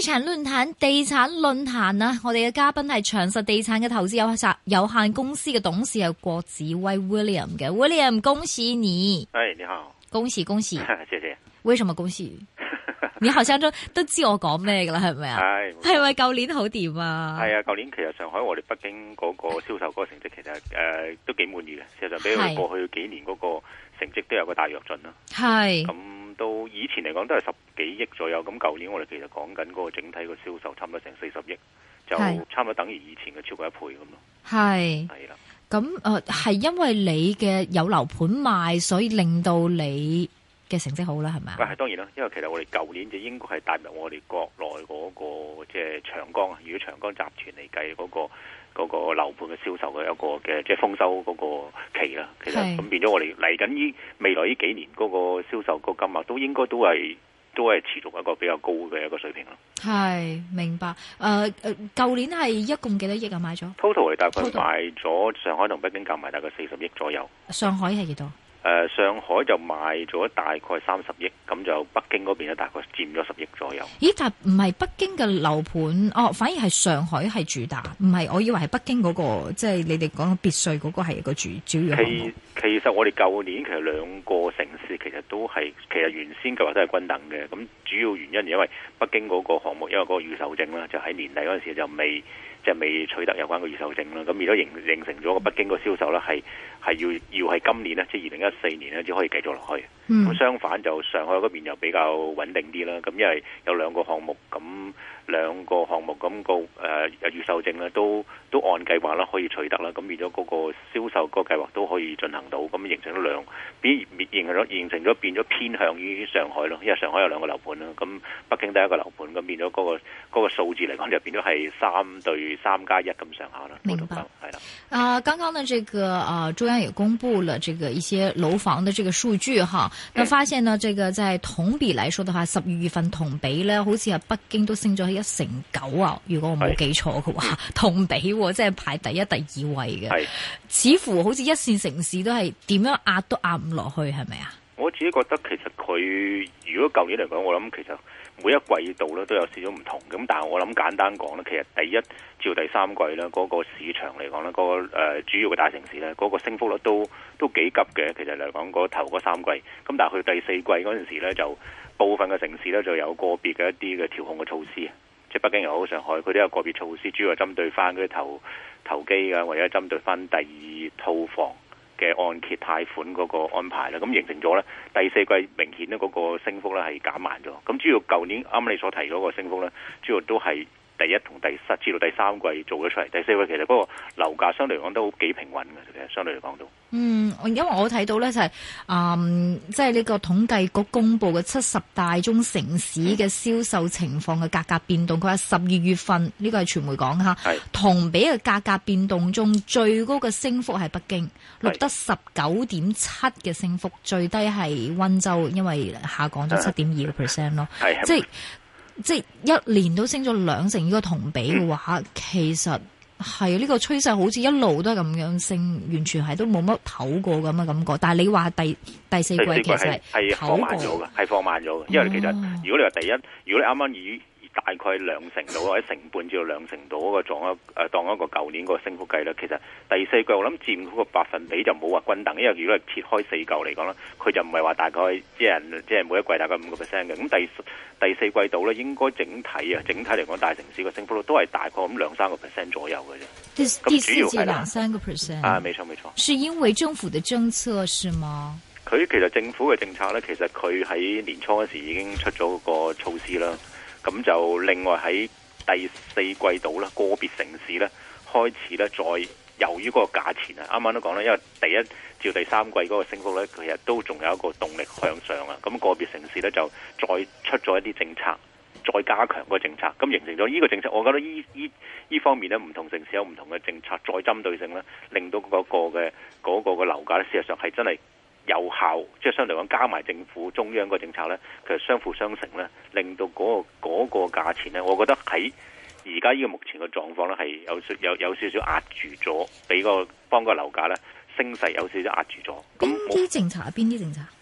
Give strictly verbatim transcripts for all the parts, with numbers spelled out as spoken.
產論壇，地產論壇啊！我哋嘅嘉賓係長實地產嘅投資有限有限公司嘅董事係郭子威 William 嘅 William， 恭喜你！ 哎，你好， 恭喜恭喜， 謝謝。 為什麼恭喜？你好像都都知我講咩噶啦，係咪啊？係係咪舊年好掂啊？ 係啊，舊年其實上海我哋北京嗰個銷售嗰個成績其實誒、呃、都幾滿意嘅，事實上比我哋過去幾年嗰個成績都有個大躍進啦。係咁到以前嚟講都係十幾億左右，咁舊年我哋其實講緊嗰個整體個銷售差唔多成四十億，就差唔多等於以前嘅超過一倍咁咯。係係啦， 咁誒係因為你嘅有樓盤賣，所以令到你嘅成績好啦，係咪啊？ 係當然啦，因為其實我哋舊年就應該係帶入我哋國內嗰、那個即係、就是、長江啊，如果長江集團嚟計嗰個嗰、那個樓盤嘅銷售嘅一個嘅即係豐收嗰個期啦。其實咁變咗我哋嚟緊呢未來呢幾年嗰個銷售個金額都應該都係都係持續一個比較高嘅一個水平咯。係明白。誒、呃、誒，舊年係一共幾多億啊？買咗 total 我哋大概賣咗上海同北京夾埋大概四十億左右。上海係幾多？誒、呃，上海就賣咗大概三十億，咁就北京嗰邊咧大概佔咗十億左右。咦？但唔係北京嘅樓盤哦，反而係上海係主打，唔係，我以為係北京嗰、那個，即、就、係、是、你哋講嘅別墅嗰個係一個主主要項目。其其實我哋舊年其實兩個城市其實都係，其實原先計劃都係均等嘅。咁主要原因係因為北京嗰個項目，因為嗰個預售證啦，就喺年底嗰陣時就未。即係未取得有關嘅預售證啦，咁而家形形成咗個北京個銷售咧，係係要要係今年咧，即係二零一四年咧，先可以繼續落去。咁、嗯、相反就上海嗰邊又比較穩定啲啦。咁因為有兩個項目，咁兩個項目咁、個誒、呃、預售證咧，都都按計劃啦可以取得啦。咁變咗嗰個銷售個計劃都可以進行到，咁形成咗兩變形成咗形成咗變咗偏向於上海咯。因為上海有兩個樓盤啦，咁北京得一個樓盤，咁變咗嗰、嗰個嗰、嗰個數字嚟講就變咗係三對三加一咁上下啦。明白，係啦。啊、呃，剛剛呢，這個啊、呃，中央也公布了這個一些樓房的這個數據哈。那發現呢，這個在同比來說的話，十二月份同比咧，好似係北京都升咗一成九啊。如果我冇記錯嘅話，同比即係排第一、第二位嘅。似乎好似一線城市都係點樣壓都壓唔落去，係咪啊？我自己覺得其實佢如果舊年嚟講，我諗其實每一季度咧都有少少唔同。咁但係我諗簡單講咧，其實第一至到第三季咧，嗰、那個市場嚟講咧，嗰、那個誒、呃、主要嘅大城市咧，嗰、那個升幅率都都幾急嘅。其實嚟講嗰頭嗰三季，咁但係去第四季嗰陣時咧，就部分嘅城市咧就有個別嘅一啲嘅調控嘅措施，即係北京又好、上海，佢都有個別措施，主要係針對翻嗰啲投投機啊，或者針對翻第二套房嘅按揭貸款嗰個安排啦，咁形成咗咧第四季明顯咧嗰個升幅咧係減慢咗。咁主要舊年啱啱你所提嗰個升幅咧，主要都係第一同第三至到第三季做咗出嚟，第四季其實嗰個樓價相對嚟講都幾平穩嘅，其實相對嚟講都。嗯，因為我睇到咧就係、是，嗯，即係呢個統計局公布嘅七十大中城市嘅銷售情況嘅價格變動，佢話十二月份呢、這個係傳媒講吓，同比嘅價格變動中最高嘅升幅係北京，錄得十九點七嘅升幅，最低係溫州，因為下降咗七點二個 percent 咯，即係即係一年都升咗兩成，呢個同比嘅話，嗯、其實。係呢、這個趨勢好似一路都係咁樣升，完全係都冇乜唞過咁嘅感覺。但係你話第第四季其實係放慢咗嘅，係放慢咗嘅。因為其實如果你話第一，如果你啱啱以大概兩成度或者成半至到兩成度嗰個撞一誒當一個舊年個升幅計啦，其實第四季我諗佔嗰個百分比就冇話均等，因為如果係切開四嚿嚟講啦，佢就唔係話大概即係即係每一季大概五個 percent 嘅。咁第第四季度咧，應該整體啊，整體嚟講大城市個升幅率都係大概咁兩三個 percent 左右嘅啫。第四季兩三個 percent 啊，冇錯冇錯。是因為政府嘅政策是嗎？佢其實政府嘅政策咧，其實佢喺年初嗰時已經出咗個措施啦。咁就另外喺第四季度啦，個別城市咧開始咧再由於嗰個價錢啊，啱啱都講啦，因為第一至第三季嗰個升幅咧，其實都仲有一個動力向上啊。咁、那個別城市咧就再出咗一啲政策，再加強個政策，咁形成咗呢個政策。我覺得依依依方面咧，唔同城市有唔同嘅政策，再針對性咧，令到嗰個嘅嗰個嘅樓價咧，事實上係真係有效，即係相對嚟講加埋政府中央個政策咧，其實相輔相成咧，令到嗰個嗰個價錢咧，我覺得喺而家呢個目前嘅狀況咧，係有有有少少壓住咗，俾個幫個樓價咧升勢有少少壓住咗。邊啲政策啊？邊啲政策？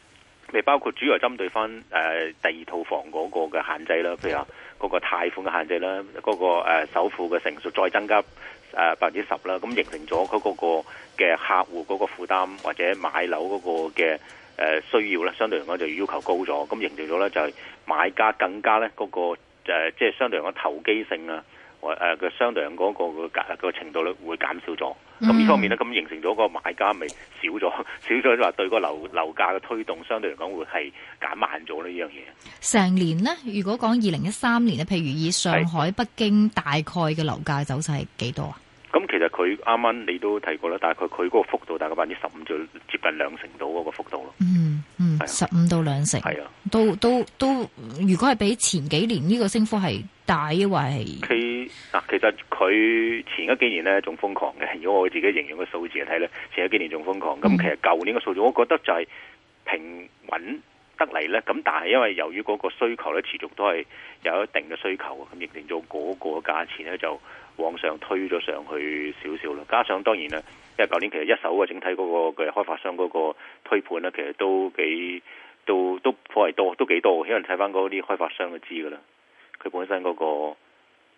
未包括主要針對翻誒、呃、第二套房嗰個嘅限制啦，譬如話嗰個貸款嘅限制啦，嗰、那個誒、呃、首付嘅成數再增加誒百分之十啦，咁形成咗佢嗰個嘅客戶嗰個負擔或者買樓嗰個嘅誒、呃、需要咧，相對嚟講就要求高咗，咁形成咗咧就係買家更加咧嗰、那個誒即係相對嚟講投機性啊。誒嘅相對嗰個個價個程度咧會減少咗，咁呢方面咧咁形成咗個買家咪少咗，少咗就話對個樓樓價嘅推動相對嚟講會係減慢咗呢樣嘢。 成年咧，如果講二零一三年咧，譬如以上海、北京大概嘅樓價走勢係幾多啊？ 咁其實佢啱啱你都提過啦，大概佢嗰個幅度大概百分之十五就接近兩成度嗰個幅度咯。 嗯嗯，十五到兩成，係啊，都都都，如果係比前幾年呢個升幅係大，抑或係佢嗱，其實佢前嗰幾年咧仲瘋狂嘅。如果我自己形容個數字嚟睇咧，前嗰幾年仲瘋狂。咁、嗯、其實舊年嘅數字，我覺得就係平穩得嚟咧。咁但係因為由於嗰個需求咧持續都係有一定嘅需求，咁形成咗嗰個價錢咧就往上推咗上去少少啦。加上當然啦，因為舊年其實一手嘅整體嗰個嘅開發商嗰個推盤咧，其實都幾都都頗為多，都幾多。因為睇翻嗰啲開發商就知噶啦，佢本身嗰、嗰個。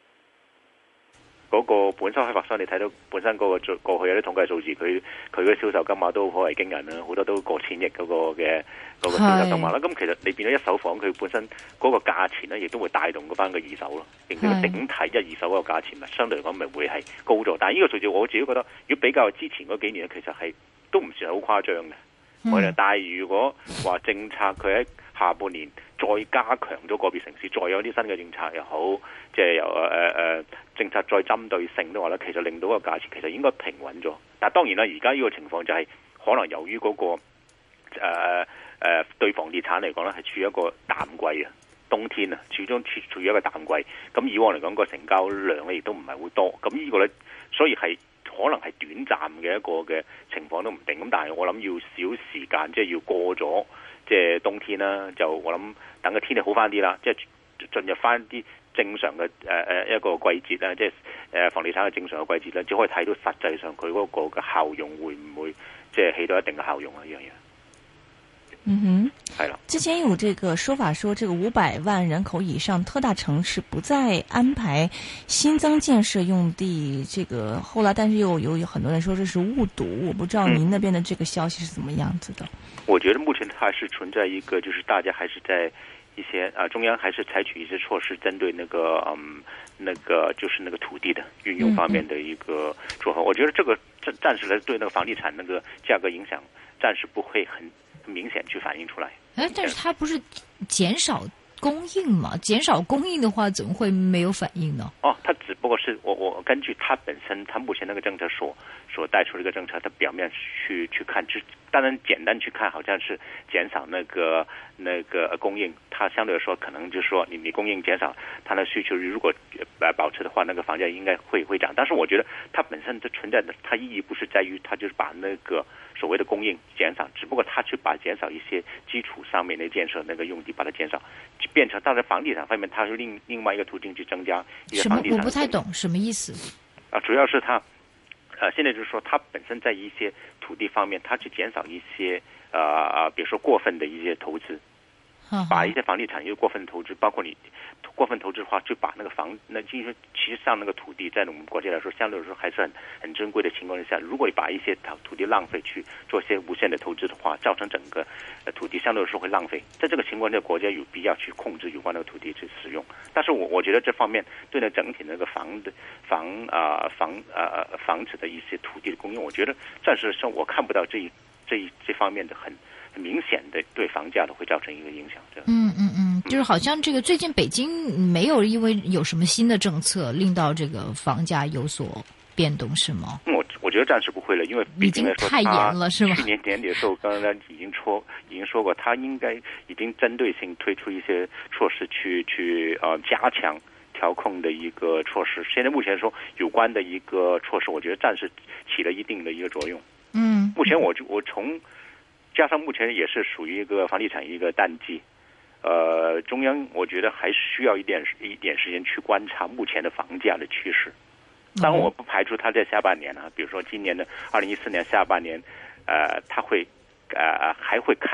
嗰、那個本身開發商，你睇到本身嗰個過去有啲統計數字，佢佢嘅銷售金額都頗為驚人啦，好多都過千億嗰個嘅嗰、那個銷售金額啦。咁其實你變咗一手房，佢本身嗰個價錢咧，亦都會帶動嗰翻個二手咯，令到整體一二手嗰個價錢咪相對嚟講咪會係高咗。但係呢個數字我自己覺得，如果比較之前嗰幾年其實係都唔算係好誇張嘅。嗯、但係如果話政策佢喺下半年再加強咗個別城市，再有啲新嘅政策又好，即係由誒誒政策再針對性的話咧，其實令到個價錢其實應該平穩咗。但係當然啦，而家呢個情況就係可能由於嗰、那個誒誒、呃呃、對房地產嚟講咧，係處於一個淡季啊，冬天啊，始終處處於一個淡季。咁以往嚟講個成交量咧亦都唔係好多。咁呢個咧，所以係可能係短暫嘅一個嘅情況都唔定。咁但係我諗要少時間，即係要過咗。即係冬天啦，就我諗等個天氣好翻啲啦，即係進入翻啲正常嘅誒誒一個季節啦，即係誒房地產嘅正常嘅季節啦，只可以睇到實際上佢嗰個嘅效用會唔會即係起到一定嘅效用啊？呢樣嘢。 嗯哼， 係啦。 之前有這個說法說，這個五百萬人口以上特大城市不再安排新增建設用地，這個後來，但是又有有很多人說這是誤讀，我不知道您那邊的這個消息是怎麼樣子的。 嗯、我覺得目前還是存在一個，就是大家還是在一些啊，中央還是採取一些措施，針對那個嗯，那個就是那個土地的運用方面的一個做法。嗯嗯，我覺得這個暫暫時來對那個房地產那個價格影響，暫時不會很。明顯去反映出來， 誒，但是它不是減少供應嘛？減少供應的話，怎麼會沒有反應呢？ 哦，它只不過是我我根據它本身，它目前那個政策所所帶出這個政策，它表面去去看，就當然簡單去看，好像是減少那個那個供應，它相對來說可能就是說你你供應減少，它的需求如果呃保持的話，那個房價應該會會漲。但是我覺得它本身的存在的它意義不是在於它就是把那個。所謂的供應減少，只不過他去把減少一些基礎上面的建設那個用地，把它減少，就變成到了房地產方面，它是另另外一個途徑去增加一個房地產。 我不太懂什麼意思啊，主要是它，呃，現在就是說它本身在一些土地方面，它去減少一些呃啊，比如說過分的一些投資，把一些房地產又過分投資，包括你過分投資的話，就把那個房，那其實其實上那個土地，在我們國家來說，相對來說還是很很珍貴的情況之下，如果你把一些土地浪費去做一些無限的投資的話，造成整個土地相對來說會浪費。在這個情況下，國家有必要去控制有關的土地去使用。但是我我覺得這方面對那整體那個房的房啊、呃、房啊、呃、房子的一些土地的供應，我覺得暫時上我看不到這一這一這方面的很。很明顯的對房價的會造成一個影響。 嗯嗯嗯，就是好像這個最近北京沒有因為有什麼新的政策令到這個房價有所變動，是嗎？ 我我覺得暫時不會了，因為已經太嚴了，是嗎？ 去年年底的時候，剛剛已經說已經說過，他應該已經針對性推出一些措施去去呃加強調控的一個措施。現在目前說有關的一個措施，我覺得暫時起了一定的一個作用。 嗯， 目前我就我從。加上目前也是屬於一個房地產一個淡季，呃，中央我覺得還需要一點一點時間去觀察目前的房價的趨勢。當然我不排除它在下半年啊，比如說今年的二零一四年下半年，呃，它會呃還會看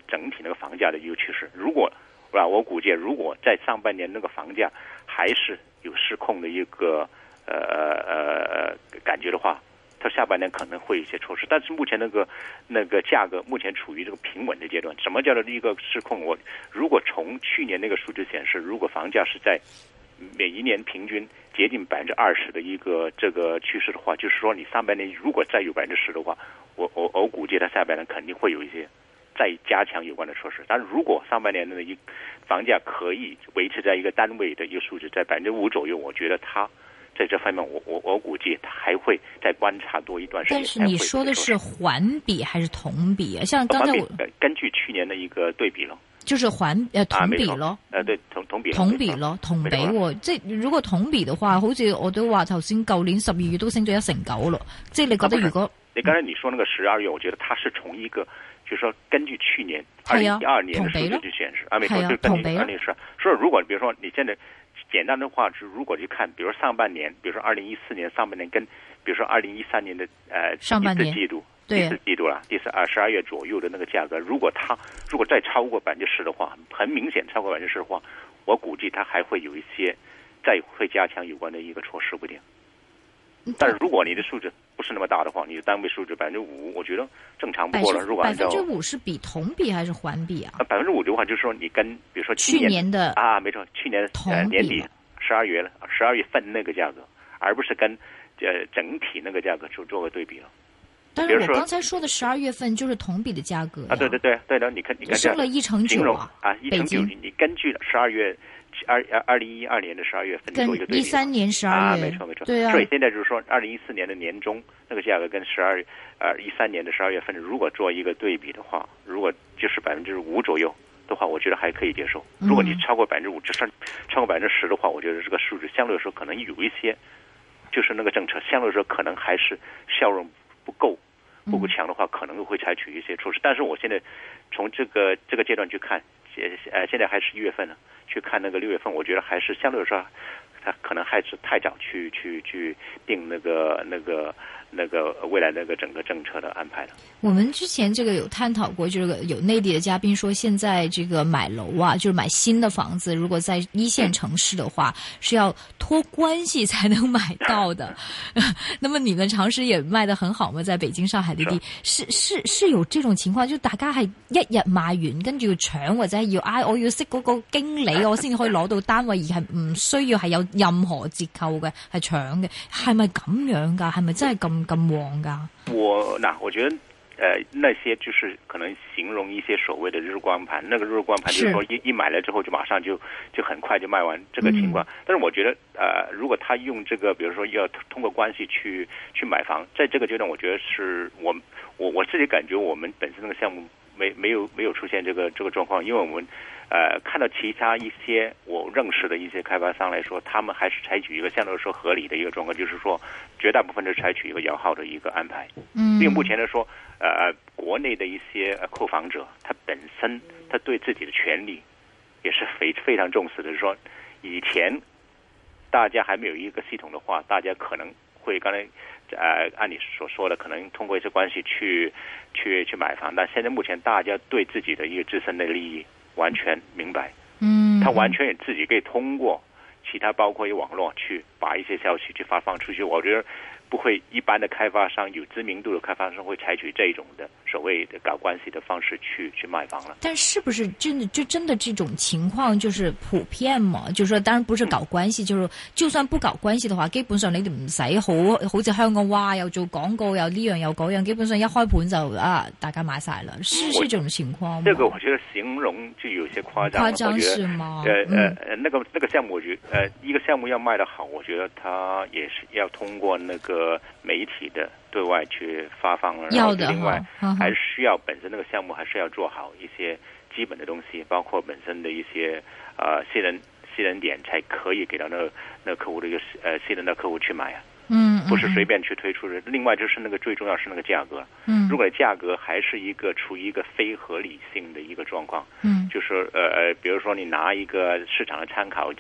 整体那个房价的一个趋势。如果是吧，我估计如果在上半年那个房价还是有失控的一个呃呃感觉的话，它下半年可能会有一些措施，但是目前那个那个价格目前处于这个平稳的阶段。什么叫做一个失控？我如果从去年那个数据显示，如果房价是在每一年平均接近百分之二十的一个这个趋势的话，就是说你上半年如果再有百分之十的话，我我我估计它下半年肯定会有一些再加强有关的措施。但是如果上半年的一房价可以维持在一个单位的一个数字在百分之五左右，我觉得它在这方面我我我估计它还会再观察多一段时间。 但是你说的是环比还是同比啊？像刚才我根据去年的一個對比咯， 就是環誒同比咯， 誒、啊、對同同比同比咯，同比喎。即係如果同比嘅話，好似我都話頭先，舊年十二月都升咗一成九咯。即係你覺得如果、啊、 你剛才你說那個十二月，我覺得它是從一個，就是說根據去年二零一二年的數據去顯示，啊，沒錯，就根據二零十二。所以如果比如說你現在簡單的話，如果去看，比如上半年，比如說二零一四年上半年跟，比如說二零一三年的呃上半年第四季度。第四季度了，第四啊十二月左右的那个价格，如果它如果再超过百分之十的话，很明显超过百分之十的话，我估计它还会有一些再会加强有关的一个措施不定。但是如果你的数字不是那么大的话，你的单位数字百分之五，我觉得正常不过了。如果百分之五是比同比还是环比啊？ 百分之五的话，就是说你跟比如说去年的啊，没错，去年呃年底十二月了，十二月份那个价格，而不是跟呃整体那个价格做做个对比了。 但是我刚才說的十二月份就是同比的價格啊，對對對對的，你看你看升了一成九啊， 啊一成九，你根據十二月二二零一二年的十二月份做一個對比， 跟一三年十二月， 啊，沒錯沒錯， 對啊， 所以現在就是說二零一四年的年中那個價格跟十二呃一三年的十二月份如果做一個對比的話，如果就是百分之五左右的話，我覺得還可以接受。如果你超過百分之五，至少超過百分之十的話，我覺得這個數字相對來說可能有一些，就是那個政策相對來說可能還是效用不夠。不夠強的話，可能會採取一些措施。但是我現在從這個這個階段去看，呃，現在還是一月份呢，去看那個六月份，我覺得還是相對來說，它可能還是太早去去去定那個那個那個未來那個整個政策的安排了。 我們之前這個有探討過，就是有內地的嘉賓說，現在這個買樓啊，就是買新的房子，如果在一線城市的話，是要托關係才能買到的。那麼你們長實也賣得很好嘛，在北京、上海呢啲，是是是有這種情況，就大家係一日賣完，跟住要搶或者係要嗌我要識嗰個經理，我先可以攞到單位，而係唔需要係有任何折扣嘅，係搶嘅，係咪咁樣㗎？係咪真係咁咁旺㗎？ 我嗱，我覺得。呃，那些就是可能形容一些所謂的日光盤，那個日光盤就是說一一買了之後就馬上就就很快就賣完這個情況。嗯、但是我覺得，呃，如果他用這個，比如說要通過關係去去買房，在這個階段，我覺得是我我我自己感覺我們本身那個項目沒沒有沒有出現這個這個狀況，因為我們呃看到其他一些我認識的一些開發商來說，他們還是採取一個相對來說合理的一個狀況，就是說絕大部分是採取一個搖號的一個安排。嗯，因為目前來說。呃，國內的一些購房者，他本身他對自己的權利也是非非常重視的。就是說，以前大家還沒有一個系統的話，大家可能會剛才呃按你所說的，可能通過一些關係去去去買房。但現在目前大家對自己的一個自身的利益完全明白，嗯，他完全也自己可以通過其他包括一網絡去把一些消息去發放出去。我覺得。不會一般的開發商有知名度的開發商會採取這種的所謂的搞關係的方式去去賣房了。 但是不是真的就真的這種情況就是普遍嘛？就是說當然不是搞關係，嗯、就是就算不搞關係的話，基本上你哋唔使好好似香港哇又做廣告又呢樣又嗰樣，基本上一開盤就啊大家買晒了，是是這種情況嗎？ 這個我覺得形容就有些誇張。誇張是嗎？呃呃呃，那個那個項目我覺得呃一個項目要賣得好，我覺得它也是要通過那個。媒體的對外去發放了，然後另外還需要本身那個項目還是要做好一些基本的東西，包括本身的一些呃信任信任點，才可以給到那個那個客戶的一個呃信任的客戶去買啊。嗯，不是隨便去推出的。另外就是那個最重要是那個價格。嗯，如果價格還是一個處於一個非合理性的一個狀況，嗯，就是呃呃，比如說你拿一個市場的參考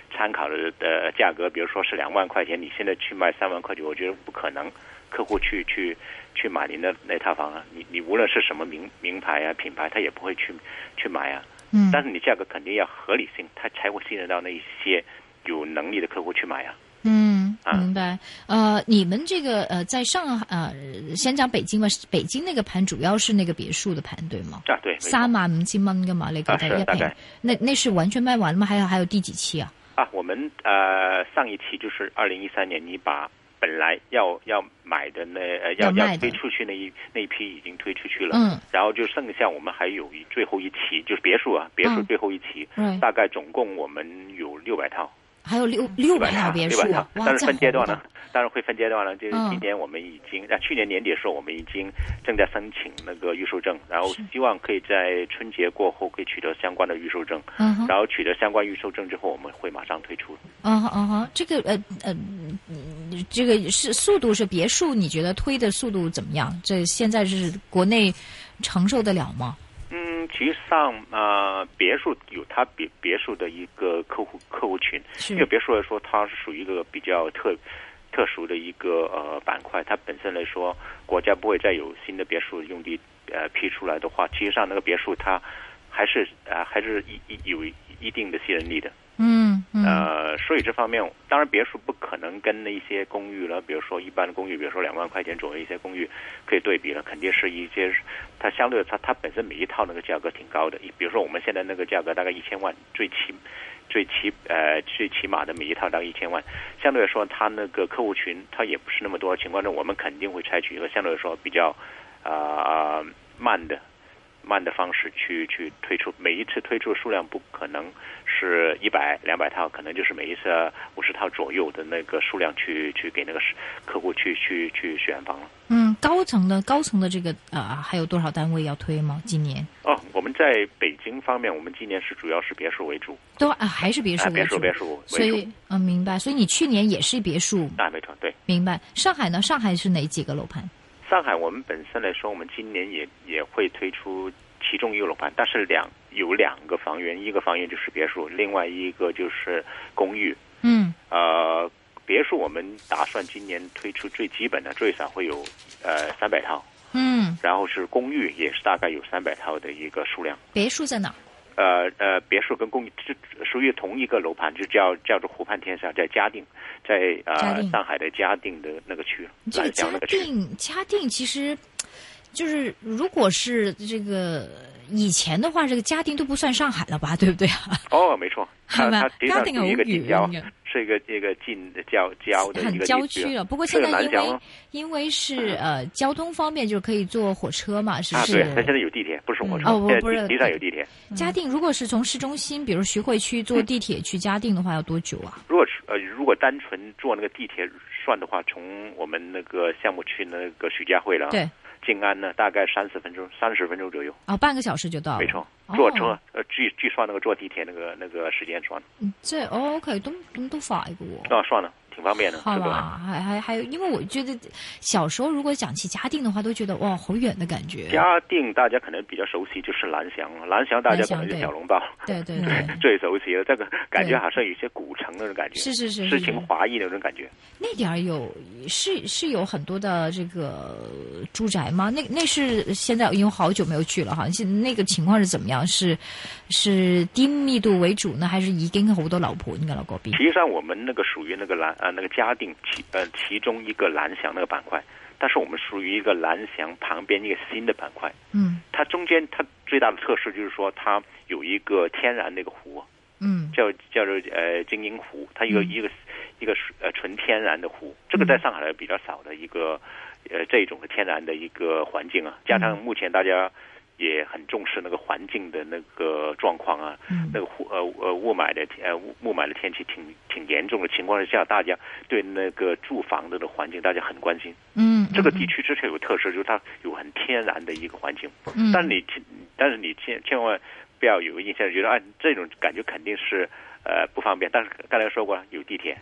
参考的的价格，比如说是两万块钱，你现在去卖三万块钱，我觉得不可能，客户去去去买您的那套房啊，你你无论是什么名名牌啊品牌，他也不会去去买啊。 嗯， 但是你价格肯定要合理性，他才会信任到那一些有能力的客户去买啊。 嗯，明白。呃，你们这个呃，在上海呃，先讲北京吧，北京那个盘主要是那个別墅的盤對嗎？ 啊，對， 三萬五千蚊噶嘛，你覺得一平？那那是完全賣完了嗎？還有還有第幾期啊？ 啊，我們呃上一期就是二零一三年，你把本來要要買的那呃要要推出去那一那一批已經推出去了，嗯，然後就剩下我們還有一最後一期，就是別墅啊，別墅最後一期，嗯，大概總共我們有六百套。 還有六六百套別墅，哇！ 但是分階段呢，當然會分階段了。就是今年我們已經，啊，去年年底的時候，我們已經正在申請那個預售證，然後希望可以在春節過後可以取得相關的預售證。嗯，然後取得相關預售證之後，我們會馬上推出。 嗯嗯哼，這個呃呃，這個是速度是別墅，你覺得推的速度怎麼樣？這現在是國內承受得了嗎？ 嗯，其實上啊、呃，別墅有它別別墅的一個客戶客戶群，因為別墅來說，它是屬於一個比較特特殊的一個呃板塊。它本身來說，國家不會再有新的別墅用地呃批出來的話，其實上那個別墅它還是啊、呃、還是一一有一定的吸引力的。 嗯，嗯呃，所以這方面，當然別墅不可能跟那些公寓了，比如說一般的公寓，比如說兩萬塊錢左右一些公寓可以對比了，肯定是一些它相對它它本身每一套那個價格挺高的，比如說我們現在那個價格大概一千萬，最起最起呃最起碼的每一套大概一千萬，相對來說它那個客戶群它也不是那麼多的情況下，我們肯定會採取一個相對來說比較啊、呃、慢的。慢的方式去去推出，每一次推出的數量不可能是一百兩百套，可能就是每一次五十套左右的那個數量去去給那個客戶去去去選房了。 嗯，高層的高層的這個啊、呃，還有多少單位要推嗎？今年？ 哦，我們在北京方面，我們今年是主要是別墅為主， 都啊還是別墅為主， 別墅別墅為主。 所以嗯、呃，明白。所以你去年也是別墅啊，沒錯，對。 明白。上海呢？上海是哪幾個樓盤？ 上海我們本身來說，我們今年也也會推出其中一個樓盤，但是兩有兩個房源，一個房源就是別墅，另外一個就是公寓。嗯，呃，別墅我們打算今年推出最基本的最少會有呃三百套。嗯，然後是公寓也是大概有三百套的一個數量。 別墅在哪？ 呃呃，別墅跟公寓是屬於同一個樓盤，就叫叫做湖畔天下，在嘉定，在呃上海的嘉定的那個區。 這個嘉定，嘉定其實就是如果是這個以前的話，這個嘉定都不算上海了吧，對不對啊？ 哦，沒錯， 係咪？嘉定好遠。是一個一個近的郊郊的一個郊區了。不過現在因為因為是呃交通方面，就可以坐火車嘛，是不是？ 啊，對，但現在有地鐵，不是火車。 哦，不是， 地上有地鐵。 嘉定如果是從市中心，比如徐匯區坐地鐵去嘉定的話，要多久啊？ 如果呃如果單純坐那個地鐵算的話，從我們那個項目區那個徐家匯了，對。靜安呢，大概三十分鐘，三十分鐘左右。哦，半個小時就到了。沒錯，坐車，哦、呃，據據算那個坐地鐵那個那個時間算。 嗯，這哦 OK，都咁都快嘅喎。 啊，算了。挺方便的， 好吧？還還還有，因為我覺得小時候如果講起嘉定的話，都覺得哇，好遠的感覺。 嘉定大家可能比較熟悉，就是藍翔，藍翔大家可能就小籠包， 對對對，對， 最熟悉了。這個感覺好像有些古城那種感覺， 是是是， 詩情畫意那種感覺。 那點有是是有很多的這個住宅嗎？那那是現在因為好久沒有去了哈，現那個情況是怎麼樣？是是低密度為主呢，還是已經好多樓盤㗎啦嗰邊？ 實際上我們那個屬於那個藍。那個嘉定其呃其中一個藍翔那個板塊，但是我們屬於一個藍翔旁邊一個新的板塊。嗯，它中間它最大的特色就是說它有一個天然的一個湖，嗯，叫叫做呃金鷹湖，它一個、嗯、一個一個呃純天然的湖，這個在上海呢比較少的一個呃這種的天然的一個環境啊，加上目前大家也很重視那個環境的那個狀況啊，嗯、那個霧呃呃霧霾的呃霧霾的天氣挺挺嚴重的情況之下，大家對那個住房的的環境大家很關心。嗯，這個地區之前有特色，就是它有很天然的一個環境。嗯，但你但是你千千萬不要有個印象，覺得啊這種感覺肯定是呃不方便。但是剛才說過有地鐵。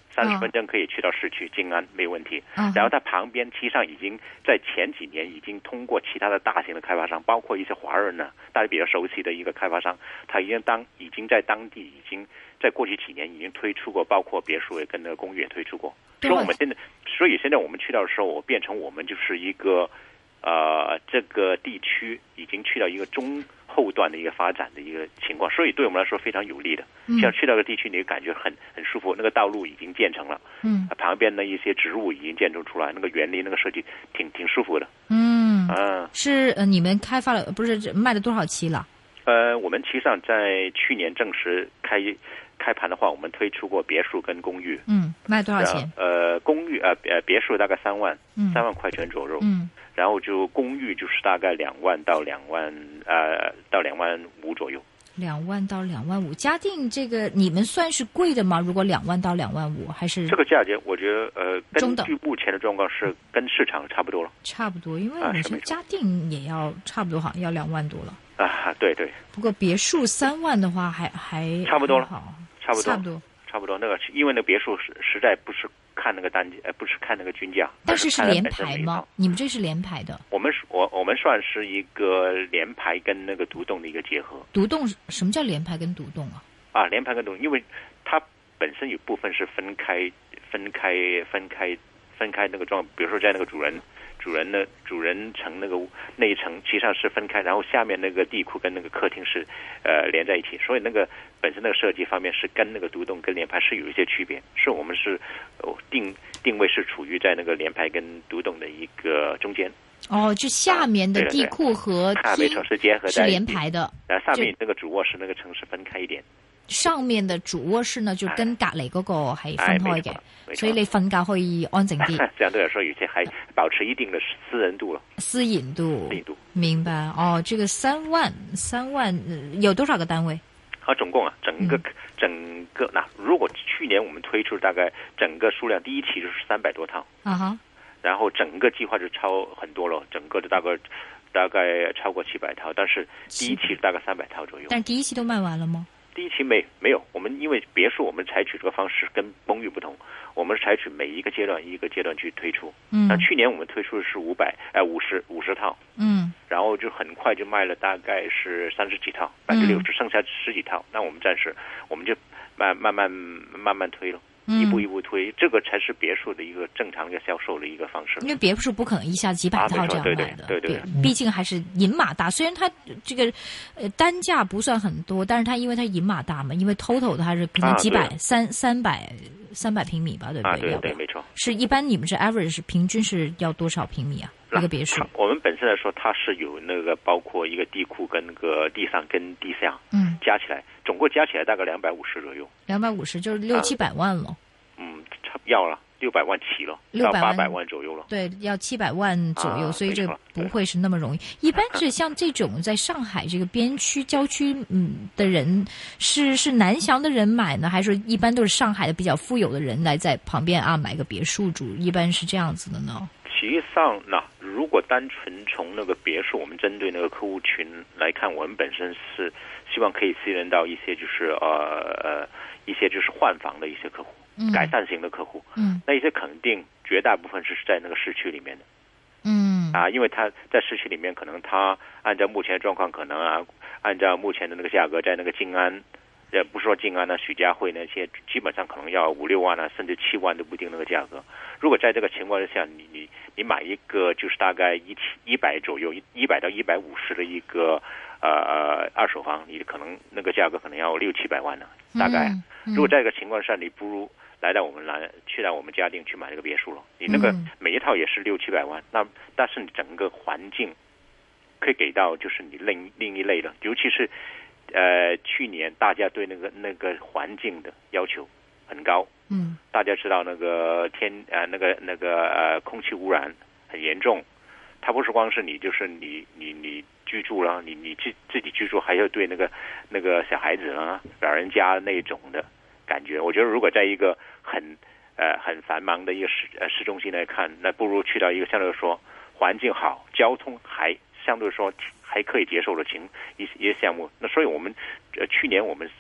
三十分钟可以去到市区静安没问题。 嗯、 然后它旁边其实上已经在前几年已经通过其他的大型的开发商，包括一些华人呢，大家比较熟悉的一个开发商，他已经当已经在当地已经在过去几年已经推出过，包括别墅也跟那个公寓也推出过。所以我们现在，所以现在我们去到的时候，我变成我们就是一个呃这个地区已经去到一个中后段的一个发展的一个情况，所以对我们来说非常有利的。像去到个地区，你感觉很很舒服，那个道路已经建成了，嗯，旁边的一些植物已经建筑出来，那个园林那个设计挺挺舒服的。 嗯，啊，是呃，你们开发了不是卖了多少期了？ 呃，我们其实上在去年正式开开盘的话，我们推出过别墅跟公寓。 嗯，卖多少钱？ 呃，公寓呃呃别墅大概三万，嗯，三万块钱左右。嗯。然后就公寓就是大概两万到两万呃到两万五左右。 两万到两万五，嘉定这个你们算是贵的吗？如果两万到两万五，还是这个价钱？我觉得呃，根据目前的状况是跟市场差不多了。 差不多，因为我觉得嘉定也要差不多，好像要两万多了。 啊，对对。 不过别墅三万的话还，还还差不多了， 差不多，差不多，差不多。那个因为那个别墅实实在不是看那个单呃，不是看那个均价。 但是是联排吗？你们这是联排的？ 我们我我们算是一个联排跟那个独栋的一个结合。 独栋什么叫联排跟独栋啊？ 啊，联排跟独栋，因为它本身有部分是分开、分开、分开、分开那个状，比如说在那个主人。主人的主人层那个那一层其实上是分开，然后下面那个地库跟那个客厅是呃连在一起，所以那个本身那个设计方面是跟那个独栋跟联排是有一些区别，是我们是、哦、定定位是处于在那个联排跟独栋的一个中间。 哦，就下面的地库和厅、啊、没错是结合在是联排的， 然后上面那个主卧室那个层是分开一點。 上面的主卧室呢，就跟隔離嗰個係分開嘅，所以你瞓覺可以安靜啲。 這樣對來說，而且還保持一定的私人度了。 私隱度， 私隱度，明白。哦，這個三萬，三萬有多少個單位？ 啊，總共啊，整個、嗯、整個那如果去年我們推出大概整個數量，第一期就是三百多套。啊哈。然後整個計劃就超很多了，整個的大概大概超過七百套，但是第一期大概三百套左右。 但第一期都賣完了嗎？ 第一期没没有，我们因为别墅我们采取这个方式跟公寓不同，我们是采取每一个阶段一个阶段去推出。嗯，那去年我们推出的是五百哎五十五十套，嗯，然后就很快就卖了大概是三十几套，百分之六十，剩下十几套。那我们暂时我们就慢慢慢慢慢推了。一步一步推，这个才是别墅的一个正常的销售的一个方式。因为别墅不可能一下几百套这样卖的， 啊、对对 对, 对, 对，毕竟还是银码大。虽然它这个呃单价不算很多，但是它因为它银码大嘛，因为 total 它是可能几百、啊、三三百三百平米吧，对不对？ 啊，对对，没错。 是一般你们是 average 平均是要多少平米啊？一个别墅？ 我们本身来说，它是有那个包括一个地库跟那个地上跟地下，嗯，加起来总共加起来大概两百五十左右。 两百五十就是六七百万了。啊嗯，要了六百万起了，到八百万左右了。 对，要七百万左右， 啊、 所以这不会是那么容易。一般是像这种在上海这个边区、郊区嗯的人，是是南翔的人买呢，还是说一般都是上海的比较富有的人来在旁边啊买个别墅住？一般是这样子的呢？ 实际上，那如果单纯从那个别墅，我们针对那个客户群来看，我们本身是希望可以吸引到一些就是呃呃一些就是换房的一些客户。改善型的客户，嗯，那一些肯定绝大部分是在那个市区里面的，嗯，啊，因为他在市区里面，可能他按照目前的状况，可能啊，按照目前的那个价格，在那个静安，也不是说静安呢，许家汇那些，基本上可能要五六万啊，甚至七万都不一定那个价格。如果在这个情况之下，你你你买一个就是大概一一百左右，一百到一百五十的一个呃二手房，你可能那个价格可能要六七百万呢，大概。嗯嗯、如果在这个情况下，你不如来到我们来去到我们嘉定去买这个别墅了，你那个每一套也是六七百万，那但是你整个环境可以给到就是你另另一类的，尤其是呃去年大家对那个那个环境的要求很高，嗯，大家知道那个天呃那个那个呃空气污染很严重，它不是光是你就是你你你居住了，你你自自己居住，还要对那个那个小孩子啊老人家那种的感觉。我觉得如果在一个很呃很繁忙的一个市呃市中心来看，那不如去到一个相对来说环境好、交通还相对说还可以接受的情一一些项目。那所以我们呃去年我们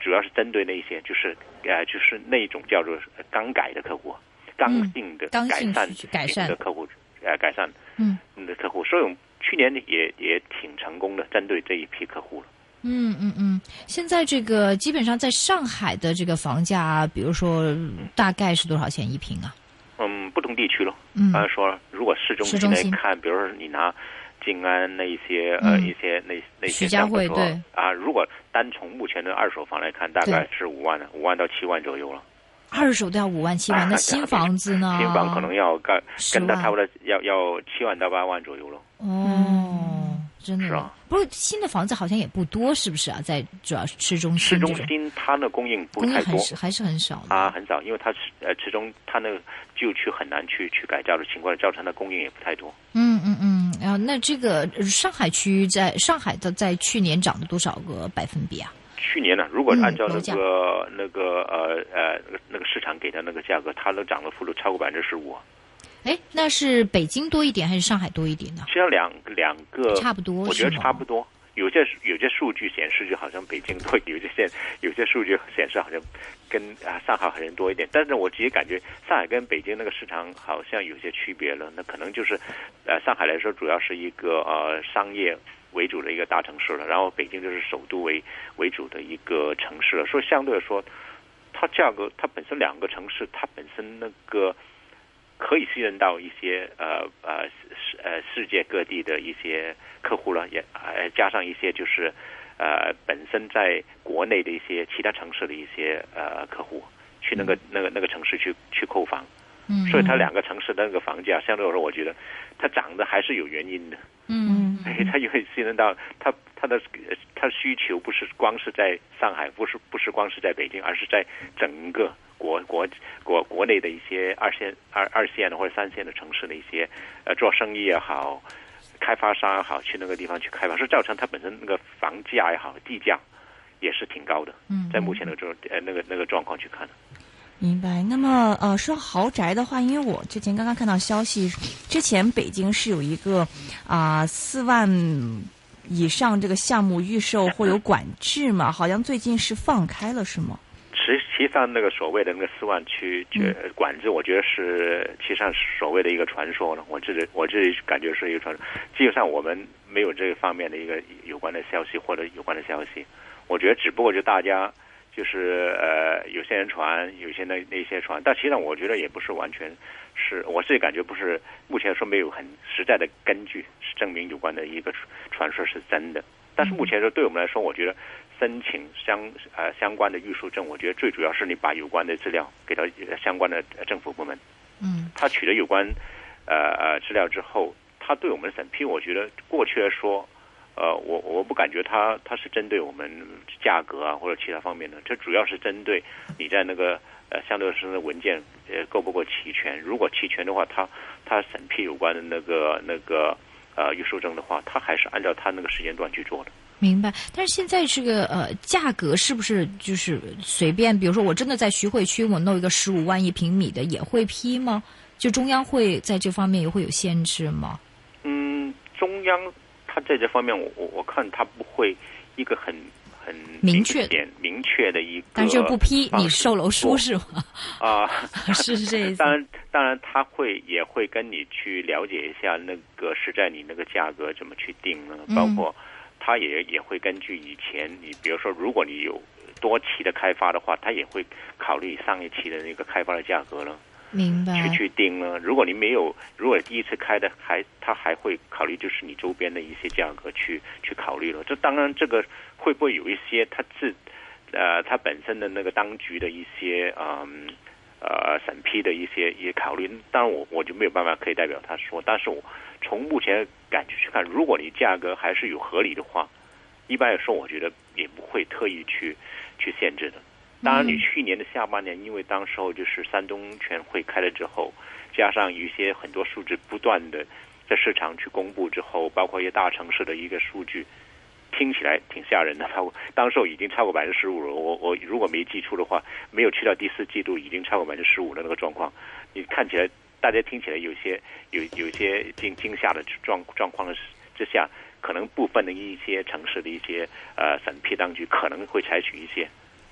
主要是针对那些就是呃就是那种叫做刚改的客户，刚性的改善改善的客户，呃改善嗯的客户，所以我们去年也也挺成功的，针对这一批客户了。 嗯嗯嗯，现在这个基本上在上海的这个房价，比如说大概是多少钱一平啊？ 嗯，不同地区咯。 嗯， 刚才说了，如果市中心来看，比如说你拿静安那一些、嗯、呃一些那那些， 徐家汇对啊，如果单从目前的二手房来看，大概是五万的，五万到七万左右了。 二手都要五万七万，那新房子呢？ 新房可能要跟跟它差不多要要七万到八万左右了。 哦，真的是啊， 不是新的房子好像也不多，是不是啊？在主要是市中心， 市中心它的供应不太多， 还是还是很少啊，很少，因为它呃市中它那个旧区很难去去改造的情况，造成它的供应也不太多。 嗯嗯嗯，然后那这个上海区在上海的在去年涨了多少个百分比啊？ 去年呢，如果按照那个、嗯、那个呃呃那个市场给的那个价格，它都涨的幅度超过百分之十五。 哎，那是北京多一点还是上海多一点呢？ 实际上两两个差不多， 我觉得差不多。有些有些数据显示就好像北京多，有些现有些数据显示好像跟啊上海好像多一点。但是我自己感觉上海跟北京那个市场好像有些区别了。那可能就是呃上海来说主要是一个呃商业为主的一个大城市了，然后北京就是首都为为主的一个城市了。所以相对来说，它价格它本身两个城市它本身那个。可以吸引到一些呃呃呃世界各地的一些客户了，也呃加上一些就是呃本身在国内的一些其他城市的一些呃客户去那个、嗯、那个那个城市去去购房， 嗯， 所以它两个城市的那个房价相对来说，我觉得它涨的还是有原因的， 嗯， 它因为吸引到它它的它的需求不是光是在上海，不是不是光是在北京，而是在整个。国国国国内的一些二线二二线的或者三线的城市的一些呃做生意也好，开发商也好，去那个地方去开发，所以造成它本身那个房价也好，地价也是挺高的。 嗯， 在目前的这种呃那个那个状况去看。 明白。那么呃，说豪宅的话，因为我之前刚刚看到消息，之前北京是有一个啊四、呃、万以上这个项目预售会有管制嘛，好像最近是放开了，是吗？ 实际上，那个所谓的那个四万区管制，我觉得是其实上是所谓的一个传说了。我自己我自己感觉是一个传说。基本上我们没有这个方面的一个有关的消息或者有关的消息。我觉得只不过就大家就是呃有些人传，有些那那些传，但其实上我觉得也不是完全是，我自己感觉不是目前说没有很实在的根据是证明有关的一个传说是真的。但是目前说对我们来说，我觉得。申请相呃相关的预售证，我觉得最主要是你把有关的资料给到相关的政府部门， 嗯， 他取得有关呃呃资料之后，他对我们的审批，我觉得过去来说，呃，我我不感觉他他是针对我们价格啊或者其他方面的，这主要是针对你在那个呃相对是文件呃够不够齐全，如果齐全的话，他他审批有关的那个那个呃预售证的话，他还是按照他那个时间段去做的。 明白，但是现在这个呃价格是不是就是随便？比如说我真的在徐汇区，我弄一个十五万一平米的也会批吗？就中央会在这方面也会有限制吗？ 嗯，中央它在这方面，我我我看它不会一个很很明确点明确的一个， 但是就不批你售楼书是吗？ 啊， 是这意思。 当然，当然他会也会跟你去了解一下那个实在你那个价格怎么去定呢？包括。嗯他也也会根据以前你比如说，如果你有多期的开发的话，他也会考虑上一期的那个开发的价格了， 明白？ 去去定了。如果你没有，如果第一次开的还他还会考虑就是你周边的一些价格去去考虑了。这当然这个会不会有一些他自呃他本身的那个当局的一些嗯呃审批的一些一些考虑，当然我我就没有办法可以代表他说，但是我。从目前感觉去看，如果你价格还是有合理的话，一般来说，我觉得也不会特意去去限制的。当然，你去年的下半年，因为当时候就是山东全会开了之后，加上一些很多数据不断的在市场去公布之后，包括一些大城市的一个数据，听起来挺吓人的。超过当时候已经超过百分之十五了。我我如果没记错的话，没有去到第四季度已经超过百分之十五的那个状况，你看起来。大家听起来有些有有些惊惊吓的状状况之下，可能部分的一些城市的一些呃审批当局可能会采取一些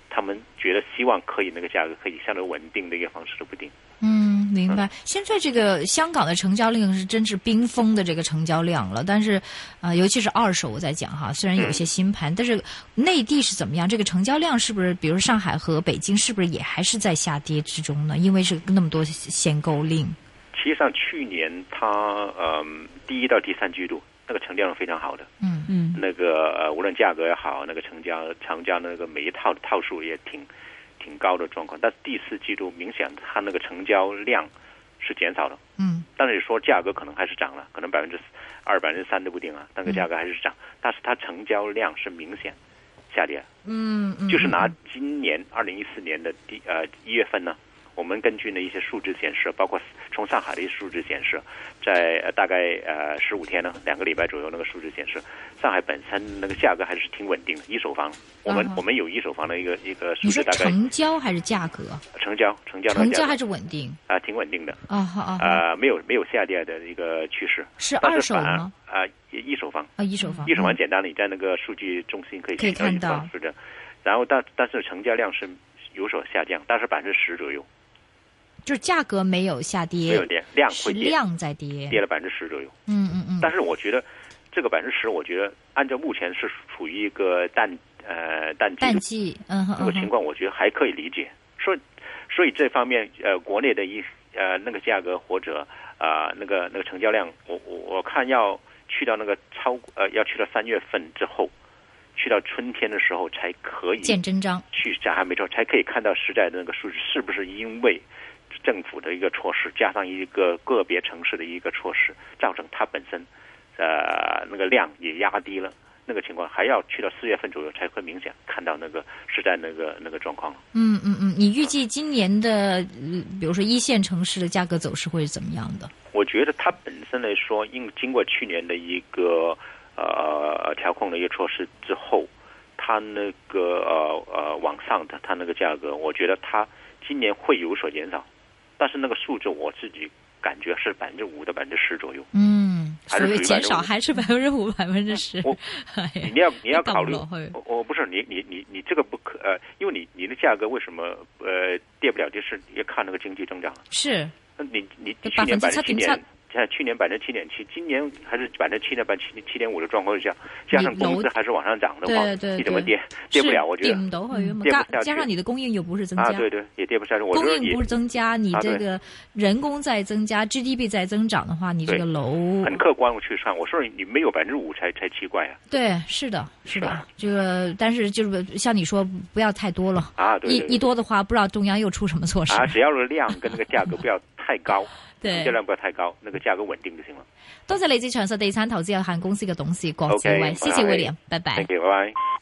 他们觉得希望可以那个价格可以相对稳定的一个方式都不定。 嗯，明白。现在这个香港的成交量是真是冰封的这个成交量了，但是啊、呃，尤其是二手我在讲哈，虽然有一些新盘，嗯、但是内地是怎么样？这个成交量是不是，比如上海和北京，是不是也还是在下跌之中呢？因为是那么多限购令。 实际上，去年它呃第一到第三季度那个成交量非常好的， 嗯嗯， 那个呃无论价格也好，那个成交成交那个每一套的套数也挺。挺高的状况，但是第四季度明显它那个成交量是减少了， 嗯， 但是说价格可能还是涨了，可能百分之二、百分之三都不定啊，那个价格还是涨，嗯、但是它成交量是明显下跌， 嗯嗯， 就是拿今年二零一四年的第呃一月份呢，我们根据呢一些数字显示，包括从上海的一些数字显示，在、呃、大概呃十五天呢，两个礼拜左右那个数字显示，上海本身那个价格还是挺稳定的，一手房。我们、uh huh. 我们有一手房的一个一个数字，大概成交还是价格？ 成交，成交， 成交还是稳定啊、呃，挺稳定的啊啊啊，没有没有下跌的一个趋势。 是二手吗？ 啊、呃，一手房啊，一手房， 一手房简单的，你在那个数据中心可以可以看到， 是的。然后但但是成交量是有所下降，但是百分之十左右。 就是价格没有下跌， 没有跌，量会跌， 量在跌， 跌了百分之十左右。 嗯嗯嗯。 但是我觉得这个百分之十，我觉得按照目前是处于一个淡呃淡季， 淡季，嗯哼， 这个情况我觉得还可以理解。所以所以这方面呃国内的一呃那个价格或者啊、呃、那个那个成交量，我我我看要去到那个超呃要去到三月份之后，去到春天的时候才可以见真章， 去讲还没错，才可以看到实在的那个数字是不是因为政府的一个措施，加上一个个别城市的一个措施，造成它本身，呃，那个量也压低了。那个情况还要去到四月份左右才会明显看到那个实在那个那个状况。 嗯嗯嗯，你预计今年的，比如说一线城市的价格走势会是怎么样的？ 我觉得它本身来说，因经过去年的一个呃调控的一个措施之后，它那个呃呃往上的它那个价格，我觉得它今年会有所减少。但是那个数字我自己感觉是百分之五到百分之十左右。 嗯， 还是减少还是百分之五、百分之十？ 你要你要考虑，我我不是你你你你这个不可呃，因为你你的价格为什么呃跌不了？就是要看那个经济增长。 是， 你你去年百分之七点。像去年百分之七点七，今年还是百分之七点八、七七点五的状况下，加上工资还是往上涨的话， 对对对， 你怎么跌跌不了？我觉得跌不到去， 跌不下去。 加上你的供应又不是增加， 啊，对对，也跌不下去。 供应不是增加，你这个人工在增加 ，G D P 在增长的话，你这个楼很客观我去算，我说你没有百分之五才才奇怪啊。 对，是的，是的，这个但是就是像你说，不要太多了啊，对， 一一多的话，不知道中央又出什么措施啊。只要是量跟那个价格不要太高。 對， 成交量不要太高，那個價格穩定就行了。 多謝嚟自長實地產投資有限公司嘅董事郭志偉，謝謝 William，拜拜。 Thank you，拜拜。